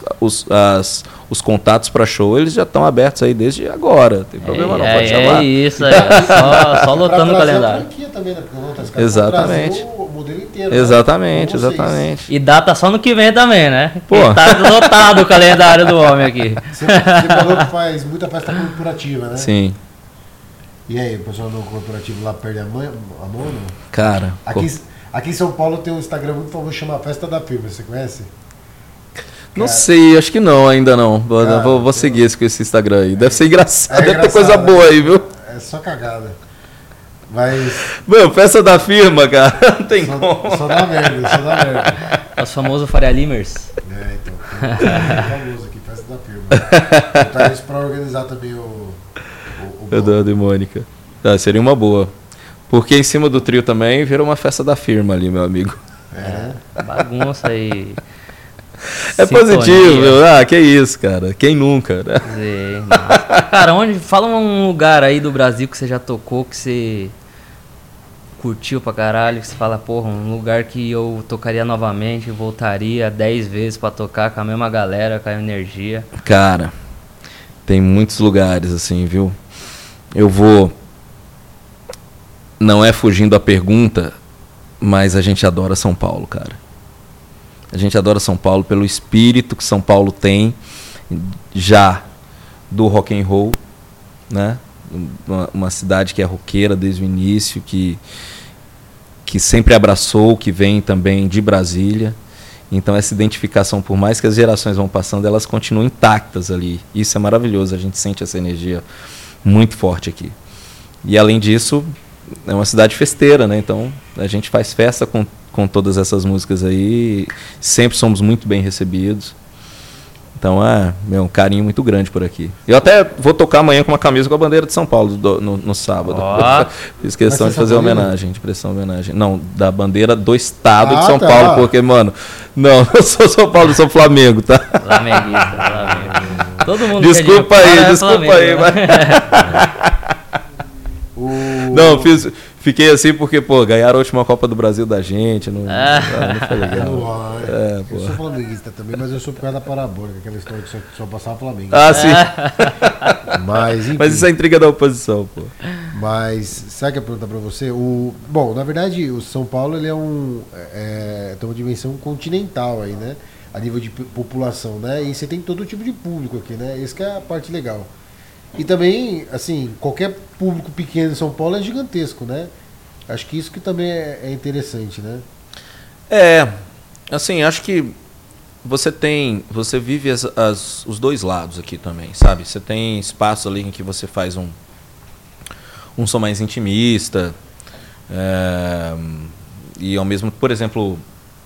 Os contatos para show, eles já estão abertos aí desde agora. Não tem problema não, pode chamar. É isso aí, só lotando o calendário. Também, né? Exatamente. O modelo inteiro, exatamente, né? exatamente. E data só no que vem também, né? Pô. Tá lotado o calendário do homem aqui. Você falou que faz muita festa corporativa, né? Sim. E aí, o pessoal do corporativo lá perde a mão, não? Cara... Aqui em São Paulo tem um Instagram muito famoso chamado Festa da Firma, você conhece? Não sei, acho que não, ainda não. Cara, vou seguir esse Instagram aí. Deve ser engraçado, deve ter coisa boa aí, viu? É só cagada. Mas... Mano, festa da firma, cara, não tem como. Só dá merda. É o famoso Faria Limers. Então. Famoso aqui, festa da firma. Então isso pra organizar também o Eduardo e Mônica. Seria uma boa. Porque em cima do trio também virou uma festa da firma ali, meu amigo. Bagunça aí. É positivo, meu. Que isso, cara. Quem nunca, né? Cara, fala um lugar aí do Brasil que você já tocou, que você curtiu pra caralho, que você fala, porra, um lugar que eu tocaria novamente, voltaria 10 vezes pra tocar com a mesma galera, com a energia. Cara, tem muitos lugares assim, viu? Eu vou... Não é fugindo a pergunta, mas a gente adora São Paulo, cara. A gente adora São Paulo pelo espírito que São Paulo tem já do rock and roll, né? Uma cidade que é roqueira desde o início, que sempre abraçou, que vem também de Brasília. Então essa identificação, por mais que as gerações vão passando, elas continuam intactas ali. Isso é maravilhoso, a gente sente essa energia muito forte aqui. E além disso, é uma cidade festeira, né? Então a gente faz festa com todas essas músicas aí, sempre somos muito bem recebidos. Então um carinho muito grande por aqui. Eu até vou tocar amanhã com uma camisa com a bandeira de São Paulo no sábado. Fiz questão de fazer homenagem, de prestar homenagem. Não, da bandeira do estado de São Paulo, porque, mano, não sou São Paulo, eu sou Flamengo, tá? Flamenguista. Todo mundo desculpa aí, mas... Não, fiquei assim porque, ganharam a última Copa do Brasil da gente, não foi legal. Eu sou flamenguista também, mas eu sou por causa da parabólica, aquela história que só passava Flamengo. Sim. Mas isso é intriga da oposição, pô. Mas, sabe o que eu ia perguntar pra você? Bom, na verdade, o São Paulo ele tem uma dimensão continental aí, né? A nível de população, né? E você tem todo tipo de público aqui, né? Essa que é a parte legal. E também, assim, qualquer público pequeno em São Paulo é gigantesco, né? Acho que isso que também é interessante, né? Assim, acho que você vive os dois lados aqui também, sabe? Você tem espaços ali em que você faz um som mais intimista, e ao mesmo, por exemplo,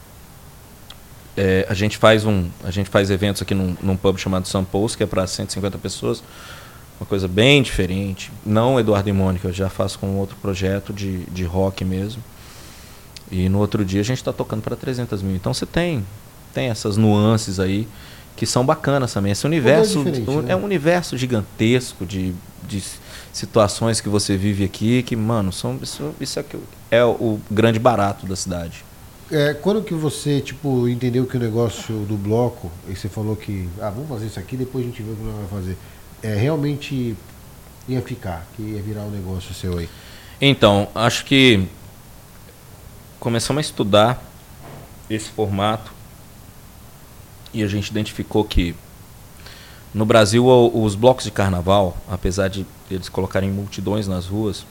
a gente faz eventos aqui num pub chamado Sampous, que é para 150 pessoas. Uma coisa bem diferente. Não Eduardo e Mônica, eu já faço com outro projeto de rock mesmo. E no outro dia a gente está tocando para 300 mil. Então você tem essas nuances aí que são bacanas também. Esse universo é um universo gigantesco de situações que você vive aqui que, mano, isso é o grande barato da cidade. Quando que você, entendeu que o negócio do bloco, e você falou que, vamos fazer isso aqui, depois a gente vê o que nós vamos fazer. Realmente ia ficar, que ia virar um negócio seu aí? Então, acho que começamos a estudar esse formato e a gente identificou que no Brasil os blocos de carnaval, apesar de eles colocarem multidões nas ruas,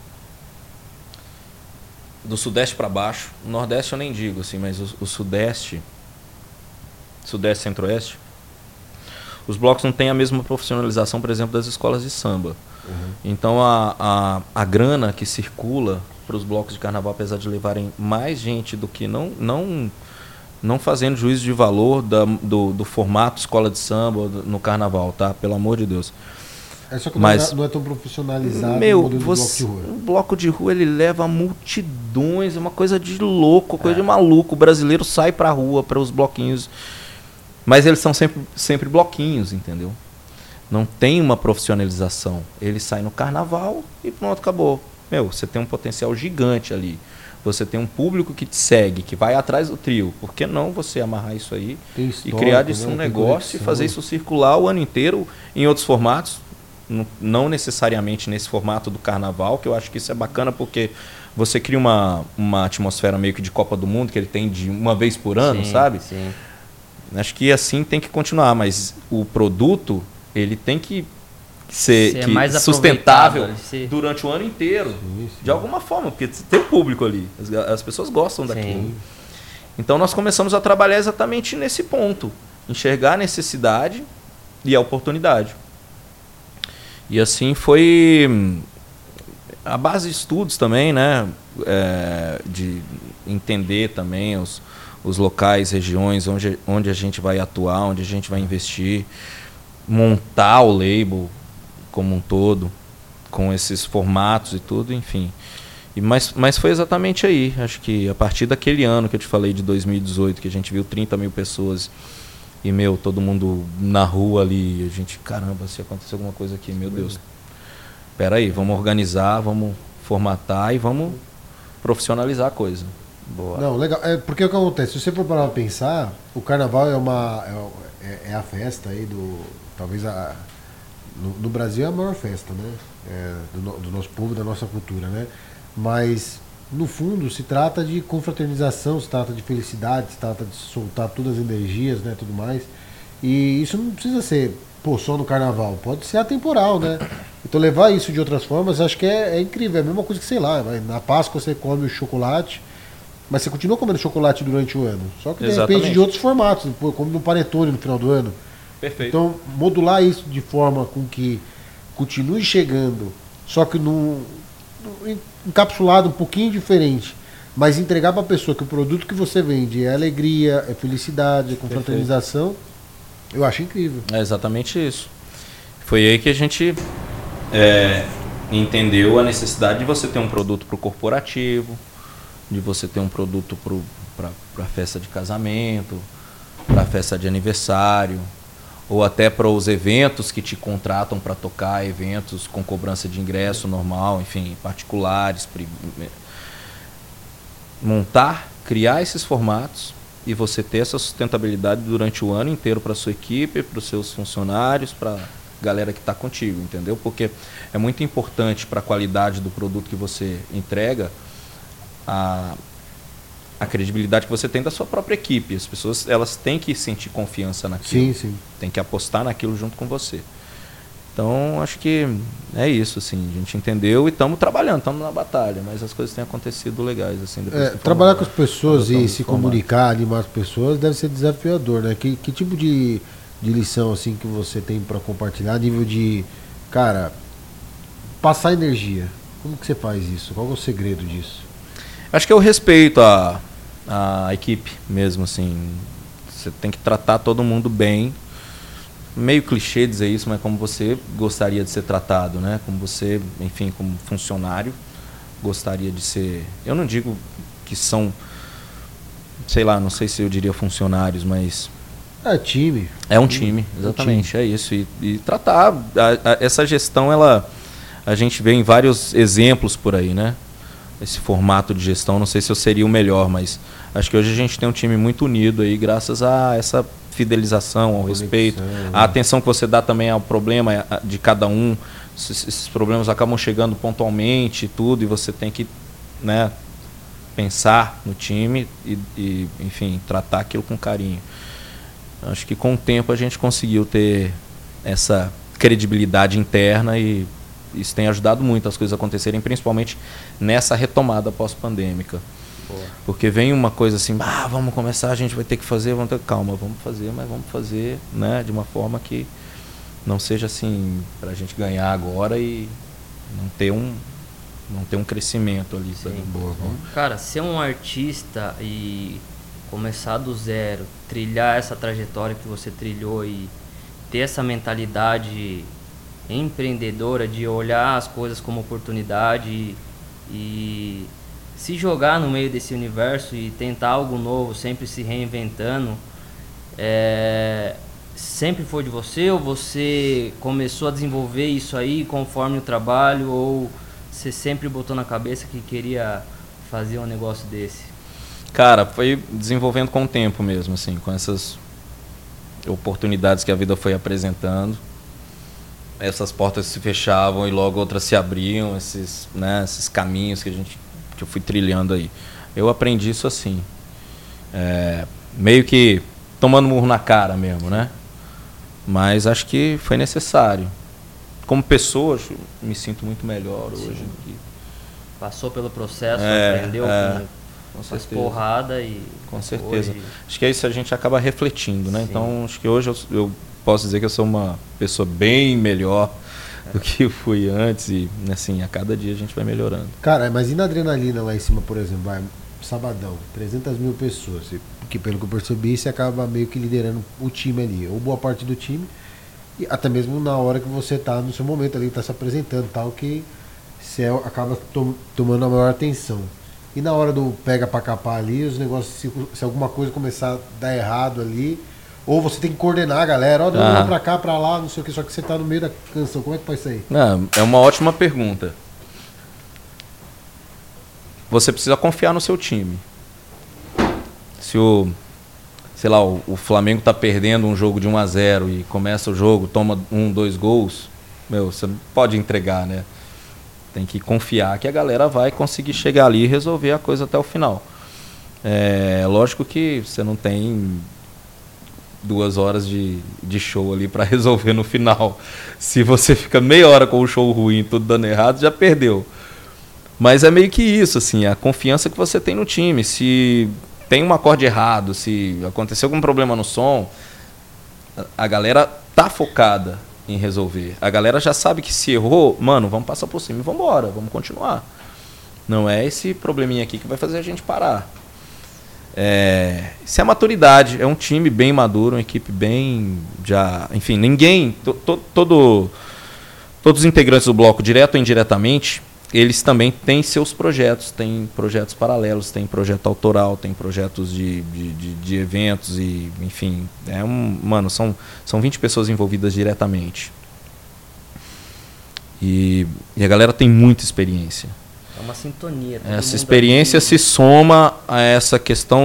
do Sudeste para baixo, o Nordeste eu nem digo assim, mas o Sudeste, Centro-Oeste, os blocos não têm a mesma profissionalização, por exemplo, das escolas de samba. Uhum. Então a grana que circula para os blocos de carnaval, apesar de levarem mais gente do que não fazendo juízo de valor do formato escola de samba no carnaval, tá? Pelo amor de Deus. Só que mas não é tão profissionalizado meu, o bloco de rua. O bloco de rua ele leva multidões, é uma coisa de louco, coisa de maluco. O brasileiro sai pra rua para os bloquinhos, mas eles são sempre bloquinhos, entendeu? Não tem uma profissionalização. Ele sai no carnaval e pronto, acabou. Meu, você tem um potencial gigante ali. Você tem um público que te segue, que vai atrás do trio. Por que não você amarrar isso aí e criar disso um negócio e fazer isso circular o ano inteiro em outros formatos? Não necessariamente nesse formato do carnaval, que eu acho que isso é bacana porque você cria uma atmosfera meio que de Copa do Mundo, que ele tem de uma vez por ano, sabe? Sim. Acho que assim tem que continuar, mas o produto ele tem que ser mais sustentável durante o ano inteiro, de alguma forma, porque tem público ali, as pessoas gostam daquilo. Então nós começamos a trabalhar exatamente nesse ponto, enxergar a necessidade e a oportunidade. E assim foi a base de estudos também, né, de entender também os locais, regiões onde a gente vai atuar, onde a gente vai investir, montar o label como um todo, com esses formatos e tudo, enfim. Mas foi exatamente aí. Acho que a partir daquele ano que eu te falei, de 2018, que a gente viu 30 mil pessoas e, todo mundo na rua ali, a gente, caramba, se acontecer alguma coisa aqui, meu Deus. Espera aí, vamos organizar, vamos formatar e vamos profissionalizar a coisa. Boa. Não, legal. Porque o que acontece? Se você for parar pra pensar, o carnaval é a festa aí talvez no Brasil é a maior festa, né? Do nosso povo, da nossa cultura, né? Mas, no fundo, se trata de confraternização, se trata de felicidade, se trata de soltar todas as energias, né? Tudo mais. E isso não precisa ser, só no carnaval. Pode ser atemporal, né? Então, levar isso de outras formas, acho que é incrível. É a mesma coisa que, sei lá, na Páscoa você come o chocolate, mas você continua comendo chocolate durante o ano. Só que, de repente, de outros formatos. Como no panetone no final do ano. Perfeito. Então, modular isso de forma com que continue chegando, só que encapsulado um pouquinho diferente, mas entregar para a pessoa que o produto que você vende é alegria, é felicidade, é confraternização, eu acho incrível. É exatamente isso. Foi aí que a gente entendeu a necessidade de você ter um produto para o corporativo, de você ter um produto para festa de casamento, para festa de aniversário, ou até para os eventos que te contratam para tocar, eventos com cobrança de ingresso normal, enfim, particulares. Montar, criar esses formatos e você ter essa sustentabilidade durante o ano inteiro para a sua equipe, para os seus funcionários, para a galera que está contigo, entendeu? Porque é muito importante para a qualidade do produto que você entrega a credibilidade que você tem da sua própria equipe. As pessoas elas têm que sentir confiança naquilo. Sim. Tem que apostar naquilo junto com você. Então, acho que é isso, assim. A gente entendeu e estamos trabalhando, estamos na batalha, mas as coisas têm acontecido legais, assim. Trabalhar com as pessoas e se comunicar, animar as pessoas deve ser desafiador, né? Que tipo de lição, assim, que você tem para compartilhar a nível de, cara, passar energia? Como que você faz isso? Qual é o segredo disso? Acho que é o respeito à equipe mesmo, assim. Você tem que tratar todo mundo bem. Meio clichê dizer isso, mas como você gostaria de ser tratado, né? Como você, enfim, como funcionário, gostaria de ser... Eu não digo que são, sei lá, não sei se eu diria funcionários, mas... É time. É um time, exatamente, é isso. E tratar, essa gestão, a gente vê em vários exemplos por aí, né? Esse formato de gestão, não sei se eu seria o melhor, mas acho que hoje a gente tem um time muito unido aí, graças a essa fidelização, ao respeito, a atenção que você dá também ao problema de cada um. Esses problemas acabam chegando pontualmente e tudo, e você tem que, né, pensar no time e, enfim, tratar aquilo com carinho. Acho que com o tempo a gente conseguiu ter essa credibilidade interna e isso tem ajudado muito as coisas acontecerem, principalmente nessa retomada pós-pandêmica. Porque vem uma coisa assim, vamos começar, a gente vai ter que fazer, calma, vamos fazer, mas vamos fazer, né, de uma forma que não seja assim, pra gente ganhar agora e não ter um crescimento ali. Boa. Cara, ser um artista e começar do zero, trilhar essa trajetória que você trilhou e ter essa mentalidade empreendedora, de olhar as coisas como oportunidade e se jogar no meio desse universo e tentar algo novo, sempre se reinventando, sempre foi de você, ou você começou a desenvolver isso aí conforme o trabalho, ou você sempre botou na cabeça que queria fazer um negócio desse? Cara, foi desenvolvendo com o tempo mesmo, assim, com essas oportunidades que a vida foi apresentando. Essas portas se fechavam e logo outras se abriam, esses caminhos que eu fui trilhando aí. Eu aprendi isso assim, meio que tomando murro na cara mesmo, né? Mas acho que foi necessário. Como pessoa, me sinto muito melhor hoje. Do que... Passou pelo processo, aprendeu com essas porradas e... Com certeza. Hoje... Acho que é isso, a gente acaba refletindo, né? Sim. Então, acho que hoje eu posso dizer que eu sou uma pessoa bem melhor do que eu fui antes e, assim, a cada dia a gente vai melhorando. Cara, mas e na adrenalina lá em cima, por exemplo, vai, sabadão, 300 mil pessoas, porque pelo que eu percebi, você acaba meio que liderando o time ali, ou boa parte do time, e até mesmo na hora que você tá no seu momento ali, tá se apresentando e tal, que você acaba tomando a maior atenção. E na hora do pega pra capar ali, os negócios, se alguma coisa começar a dar errado ali, ou você tem que coordenar a galera, ó, pra cá, pra lá, não sei o que, só que você tá no meio da canção, como é que faz isso aí? Não, é uma ótima pergunta. Você precisa confiar no seu time. Se o Flamengo tá perdendo um jogo de 1-0 e começa o jogo, toma 1-2 gols, você não pode entregar, né? Tem que confiar que a galera vai conseguir chegar ali e resolver a coisa até o final. Lógico que você não tem 2 horas de show ali para resolver no final. Se você fica meia hora com o show ruim, tudo dando errado, já perdeu. Mas é meio que isso, assim, a confiança que você tem no time. Se tem um acorde errado, se aconteceu algum problema no som, a galera tá focada em resolver. A galera já sabe que se errou, mano, vamos passar por cima e vamos embora, vamos continuar. Não é esse probleminha aqui que vai fazer a gente parar. Isso é maturidade, é um time bem maduro, uma equipe bem já... Enfim, ninguém... Todos os integrantes do bloco, direto ou indiretamente, eles também têm seus projetos, têm projetos paralelos, tem projeto autoral, tem projetos de eventos e, enfim, são 20 pessoas envolvidas diretamente. E a galera tem muita experiência. É uma sintonia. Essa experiência se soma a essa questão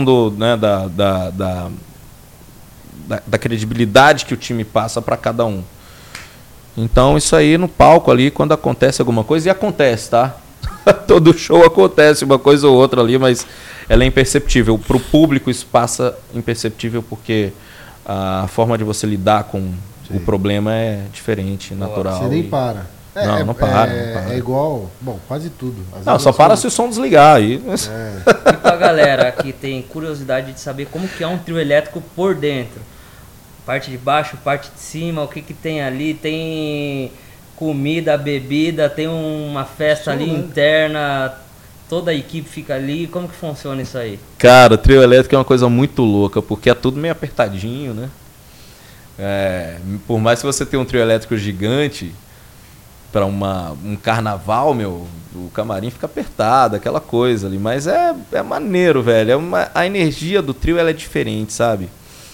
da credibilidade que o time passa para cada um. Então isso aí no palco ali, quando acontece alguma coisa, e acontece, tá? Todo show acontece uma coisa ou outra ali, mas ela é imperceptível. Para o público isso passa imperceptível porque a forma de você lidar com o problema é diferente, natural. Você nem para. Não para. É igual, quase tudo. Não, só para se o som desligar aí. E pra galera que tem curiosidade de saber como que é um trio elétrico por dentro. Parte de baixo, parte de cima, o que tem ali? Tem comida, bebida, tem uma festa ali interna, toda a equipe fica ali. Como que funciona isso aí? Cara, o trio elétrico é uma coisa muito louca, porque é tudo meio apertadinho, né? Por mais que você tenha um trio elétrico gigante, para um carnaval, o camarim fica apertado, aquela coisa ali. Mas é maneiro, velho. A energia do trio ela é diferente, sabe?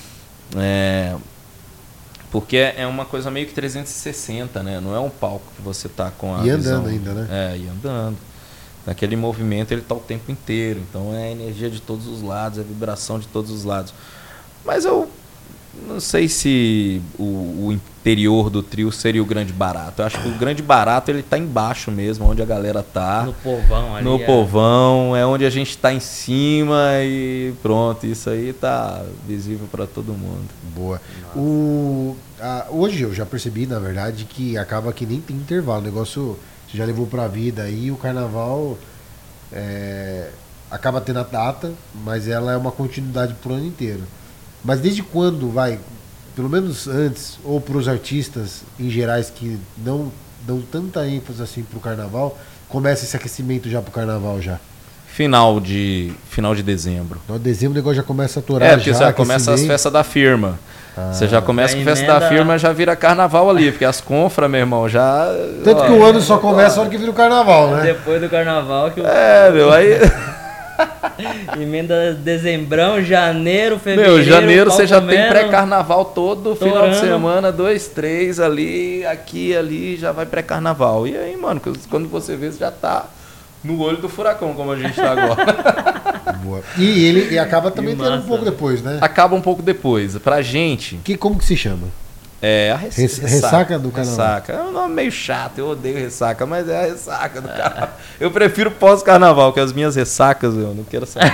Porque é uma coisa meio que 360, né? Não é um palco que você tá com a visão. Andando ainda, né? E andando. Naquele movimento ele tá o tempo inteiro. Então é a energia de todos os lados, a vibração de todos os lados. Mas eu não sei se o interior do trio seria o grande barato. Eu acho que o grande barato ele tá embaixo mesmo, onde a galera tá. No povão ali. No povão, é onde a gente tá em cima e pronto. Isso aí tá visível para todo mundo. Boa. Hoje eu já percebi, na verdade, que acaba que nem tem intervalo. O negócio você já levou pra vida aí, o carnaval acaba tendo a data, mas ela é uma continuidade pro ano inteiro. Mas desde quando pelo menos antes, ou para os artistas em gerais que não dão tanta ênfase assim pro carnaval, começa esse aquecimento já pro carnaval já? final de dezembro. Então, dezembro o negócio já começa a aturar. Porque já começa as festas da firma. Você já começa com a festa da firma, já vira carnaval ali, porque as confras, meu irmão, já... Tanto que o ano só começa a hora que vira o carnaval, né? Depois do carnaval que meu, aí... Emenda dezembrão, janeiro, fevereiro... janeiro você já tem pré-carnaval todo final de semana, 2, 3 ali, aqui, ali, já vai pré-carnaval. E aí, mano, quando você vê, você já tá no olho do furacão, como a gente tá agora. Boa. E ele acaba também tendo um pouco depois, né? Acaba um pouco depois. Pra gente... Como que se chama? É a ressaca do carnaval. Ressaca. É um nome meio chato, eu odeio ressaca, mas é a ressaca do carnaval. Eu prefiro pós-carnaval, que as minhas ressacas eu não quero saber.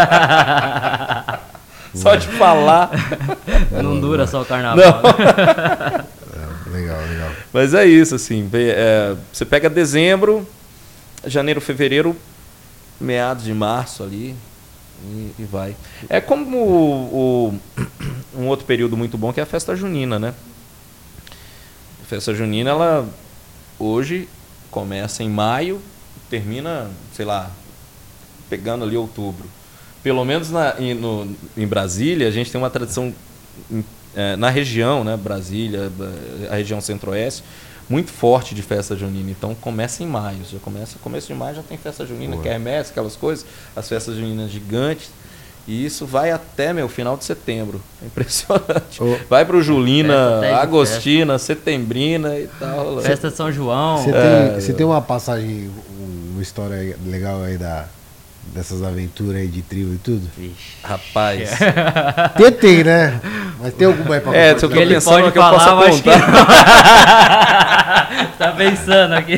Só de falar. Não dura só o carnaval. Legal. Mas é isso, assim. Você pega dezembro, janeiro, fevereiro, meados de março ali e vai. É como um outro período muito bom que é a festa junina, né? A festa junina, ela hoje começa em maio, termina, sei lá, pegando ali outubro. Pelo menos em Brasília, a gente tem uma tradição na região, né? Brasília, a região centro-oeste, muito forte de festa junina. Então começa em maio, começo de maio já tem festa junina, quermesse, aquelas coisas, as festas juninas gigantes. E isso vai até final de setembro. É impressionante. Vai pro Julina, Agostina, Setembrina e tal. Festa de São João. Você tem uma passagem, uma história legal aí dessas aventuras aí de trio e tudo? Vixe. Rapaz. Tem, né? Mas tem alguma aí pra contar? Se ele pode que falar, eu possa contar. Tá pensando aqui.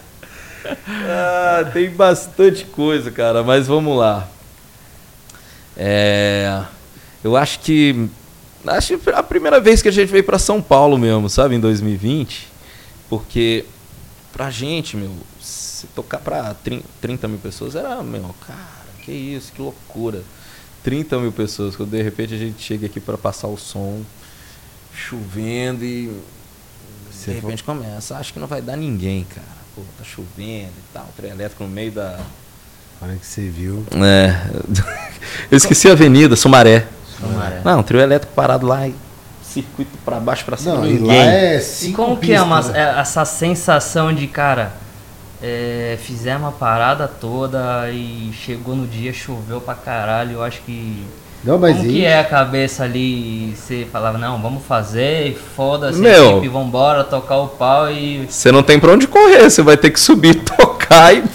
Tem bastante coisa, cara, mas vamos lá. Eu acho que a primeira vez que a gente veio para São Paulo mesmo, sabe, em 2020, porque pra gente, se tocar pra 30 mil pessoas era, cara, que isso, que loucura. 30 mil pessoas, quando de repente a gente chega aqui para passar o som, chovendo e de repente começa, acho que não vai dar ninguém, cara. Pô, tá chovendo e tal, trem elétrico no meio da... Olha que você viu. Eu esqueci a avenida, Sumaré. Não, trio elétrico parado lá e circuito pra baixo, pra cima. Não, e lá é 5 E como que é essa sensação de, cara, fizemos a parada toda e chegou no dia, choveu pra caralho, eu acho que... Não, mas como que é a cabeça ali? Você falava, não, vamos fazer, foda-se, equipe, vambora, tocar o pau e... Você não tem pra onde correr, você vai ter que subir, tocar e...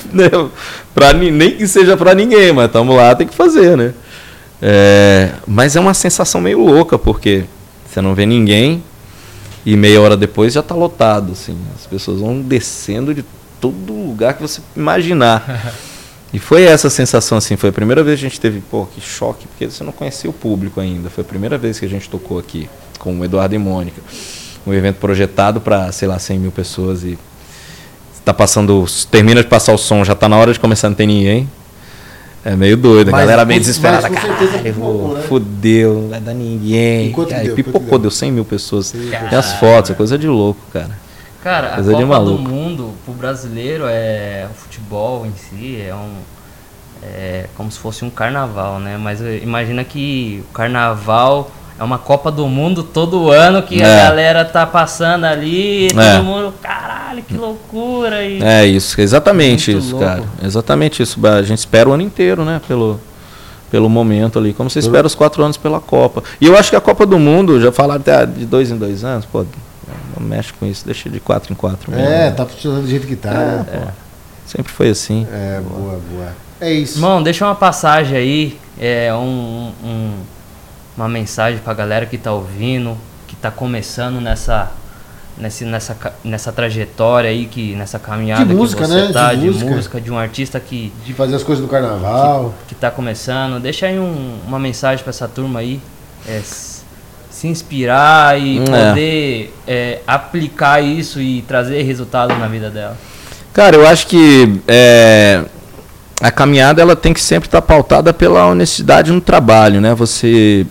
nem que seja pra ninguém, mas tamo lá, tem que fazer, né? Mas é uma sensação meio louca, porque você não vê ninguém e meia hora depois já tá lotado, assim. As pessoas vão descendo de todo lugar que você imaginar. E foi essa sensação, assim, foi a primeira vez que a gente teve, que choque, porque você não conhecia o público ainda. Foi a primeira vez que a gente tocou aqui com o Eduardo e Mônica. Um evento projetado para, sei lá, 100 mil pessoas e termina de passar o som, já tá na hora de começar, não tem ninguém. É meio doido, a galera meio desesperada. Caralho, fudeu, não vai dar ninguém. Pipocou, deu 100 mil pessoas. Tem as fotos, é coisa de louco, cara. Cara, coisa a Copa do Mundo, pro brasileiro, o futebol em si é como se fosse um carnaval, né? Mas imagina que o carnaval é uma Copa do Mundo todo ano que a galera tá passando ali, todo mundo, caralho, que loucura. É isso, exatamente isso, louco. Cara. Exatamente isso. A gente espera o ano inteiro, né? Pelo momento ali, como você espera os 4 anos pela Copa. E eu acho que a Copa do Mundo, já falaram até de 2 em 2 anos, não mexe com isso, deixa de 4 em 4 mesmo. Tá funcionando do jeito que tá, né? Sempre foi assim. Boa. É isso. Irmão, deixa uma passagem aí, uma mensagem pra galera que tá ouvindo, que tá começando nessa trajetória aí, nessa caminhada de música, que você tá, de música, de um artista de fazer as coisas do carnaval, que tá começando. Deixa aí uma mensagem pra essa turma aí, se inspirar e poder aplicar isso e trazer resultado na vida dela. Cara, eu acho que a caminhada ela tem que sempre estar pautada pela honestidade no trabalho, né? Você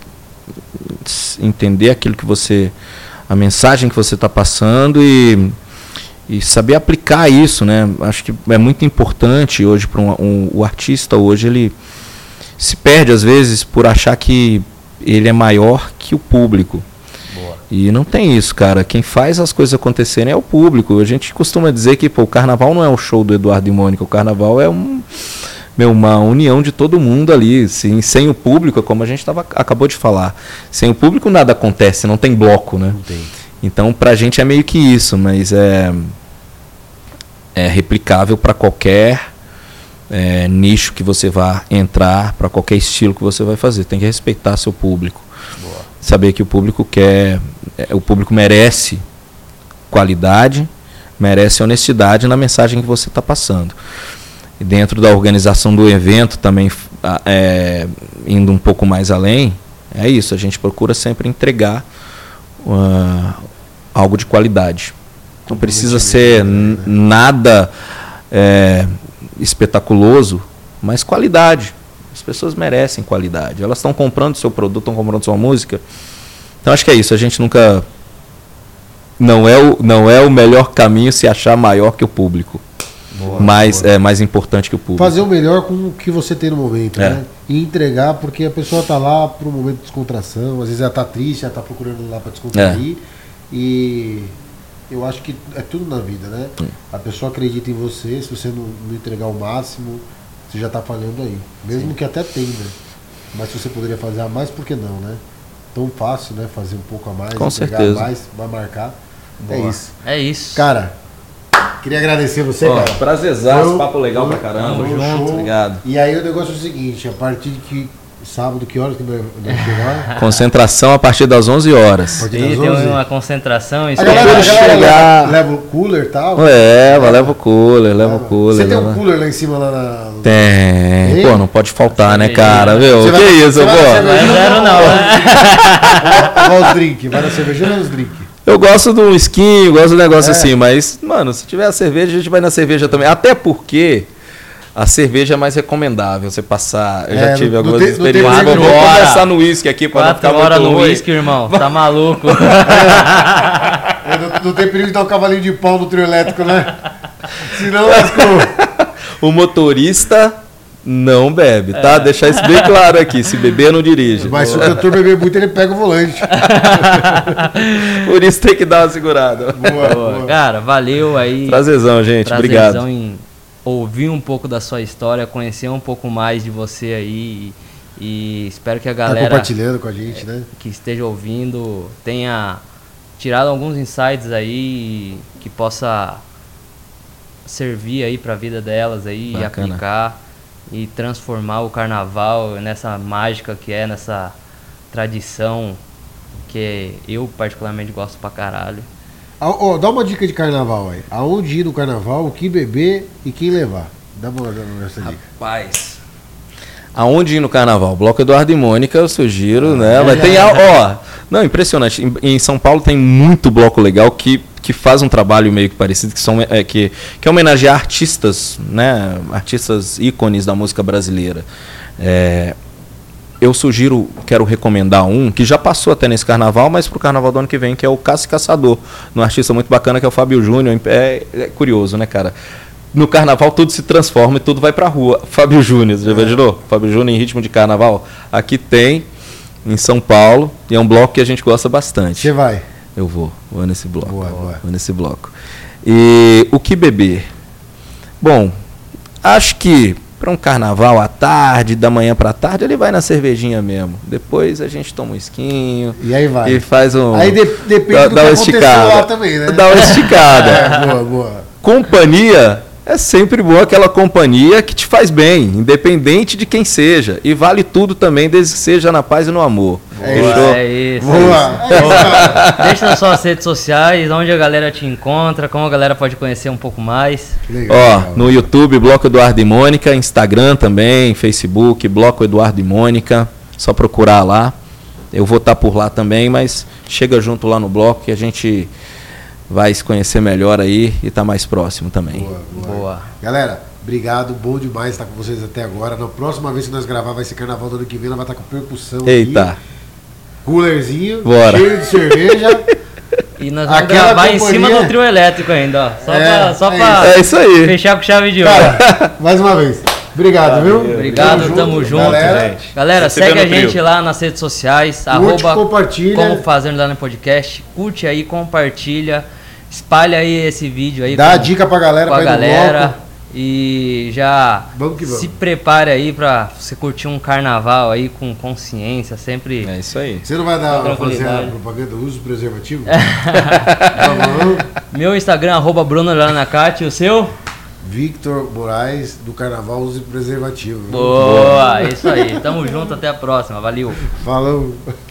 entender aquilo que a mensagem que você está passando e saber aplicar isso, né? Acho que é muito importante hoje para o artista hoje, ele se perde às vezes por achar que ele é maior que o público. Boa. E não tem isso, cara. Quem faz as coisas acontecerem é o público. A gente costuma dizer que o carnaval não é um show do Eduardo e Mônica, o carnaval é uma união de todo mundo ali. Sem o público, como a gente acabou de falar, sem o público nada acontece, não tem bloco, né? Não tem. Então pra gente é meio que isso, mas é replicável para qualquer nicho que você vá entrar, para qualquer estilo que você vai fazer. Tem que respeitar seu público. Boa. Saber que o público o público merece qualidade, merece honestidade na mensagem que você está passando. E dentro da organização do evento também, indo um pouco mais além, é isso, a gente procura sempre entregar algo de qualidade. Não precisa ser nada espetaculoso, mas qualidade. As pessoas merecem qualidade. Elas estão comprando seu produto, estão comprando sua música. Então acho que é isso. A gente nunca... Não é o melhor caminho se achar maior que o público. Boa, mas boa. é mais importante que o público. Fazer o melhor com o que você tem no momento, né? E entregar, porque a pessoa tá lá para um momento de descontração. Às vezes ela tá triste, ela tá procurando lá para descontrair. E eu acho que é tudo na vida, né? A pessoa acredita em você, se você não entregar o máximo, você já tá falhando aí. Mesmo que até tenha, mas se você poderia fazer a mais, por que não, né? Tão fácil, né? Fazer um pouco a mais, com entregar certeza. a mais, vai marcar. Boa. É isso. É isso. Cara, queria agradecer você, cara. Prazerzaço, papo legal pra caramba. Tamo Junto. junto. Obrigado. E aí o negócio é o seguinte, a partir de que sábado, que horas que vai chegar? Concentração a partir das 11 horas. A partir E das tem 11? uma concentração. A galera chegar. leva o cooler e tal? Leva o cooler, Você tem um cooler lá em cima lá na... Tem. Tem? Pô, não pode faltar, né, Cerveja. cara? Viu? Você Que vai- isso, você vai na pô? cerveja? Mas zero não, né? Olha os drinks, vai na cerveja ou nos drinks? Eu gosto do skin, gosto do negócio É. assim, mas, mano, se tiver a cerveja, a gente vai na cerveja também. Até porque a cerveja é mais recomendável você passar. Eu já tive não algumas tem- não tem experiências. perigo Vou de- começar no uísque aqui pra não 4 ficar horas muito no ruim. uísque, irmão. Tá maluco. Não tem perigo de dar um cavalinho de pau no trio elétrico, né? Senão lascou. O motorista não bebe, tá? Deixar isso bem claro aqui. Se beber, não dirige. Mas se o cantor beber muito, ele pega o volante. Por isso tem que dar uma segurada. Boa, Boa. boa. Cara, valeu aí. Prazerzão, gente. Prazerzão Obrigado. em ouvir um pouco da sua história, conhecer um pouco mais de você aí. E espero que a Tá galera compartilhando com a gente, né? que esteja ouvindo tenha tirado alguns insights aí que possa servir aí para a vida delas aí e Bacana. aplicar e transformar o carnaval nessa mágica que é, nessa tradição que eu particularmente gosto pra caralho. Dá uma dica de carnaval aí. Aonde ir no carnaval, o que beber e quem levar. Dá uma olhada nessa dica. Rapaz. Aonde ir no carnaval? Bloco Eduardo e Mônica, eu sugiro, né? Mas tem, não, impressionante. Em São Paulo tem muito bloco legal que faz um trabalho meio que parecido, que homenagear artistas, né? Artistas ícones da música brasileira. Eu sugiro, quero recomendar um que já passou até nesse carnaval, mas pro carnaval do ano que vem, que é o Cássio Caçador, um artista muito bacana que é o Fábio Júnior. É curioso, né, cara? No carnaval tudo se transforma e tudo vai pra rua. Fábio Júnior, você já imaginou? Fábio Júnior em ritmo de carnaval. Aqui tem, em São Paulo, e é um bloco que a gente gosta bastante. Você vai. Eu vou nesse bloco. Boa. Vou nesse bloco. E o que beber? Bom, acho que para um carnaval à tarde, da manhã pra tarde, ele vai na cervejinha mesmo. Depois a gente toma um esquinho E aí vai. e faz um... Aí depende do que uma aconteceu esticada. lá também, né? Dá uma esticada. Boa. Companhia é sempre bom, aquela companhia que te faz bem, independente de quem seja. E vale tudo também, desde que seja na paz e no amor. Fechou? É isso. Boa. Deixa nas suas redes sociais, onde a galera te encontra, como a galera pode conhecer um pouco mais. Legal. No YouTube, Bloco Eduardo e Mônica, Instagram também, Facebook, Bloco Eduardo e Mônica, só procurar lá. Eu vou estar por lá também, mas chega junto lá no bloco que a gente vai se conhecer melhor aí e tá mais próximo também. Boa. Galera, obrigado, bom demais estar com vocês até agora. Na próxima vez que nós gravar vai ser carnaval do ano que vem, nós vai estar com percussão Eita. aqui. Coolerzinho, Bora. cheio de cerveja. E nós vamos Aquela gravar em companhia- cima do trio elétrico ainda, ó. Só É pra É isso aí. fechar com chave de ouro. Cara, mais uma vez. Obrigado, viu? Obrigado, tamo junto. Galera, Recebendo segue a o trio. gente lá nas redes sociais, Curte, arroba compartilha. Como Fazer no Podcast. Curte aí, compartilha, espalha aí esse vídeo aí Dá a com, dica pra galera, com a pra ir no galera. bloco. E já Vamos que vamos. se prepare aí pra você curtir um carnaval aí com consciência, sempre. É isso aí. Você não vai dar fazer a Tranquilidade. propaganda do uso do preservativo? Tá bom. Meu Instagram, @BrunoLanacati, o seu? Victor Moraes, do Carnaval Use Preservativo. Boa, é isso aí. Tamo junto, até a próxima. Valeu. Falou.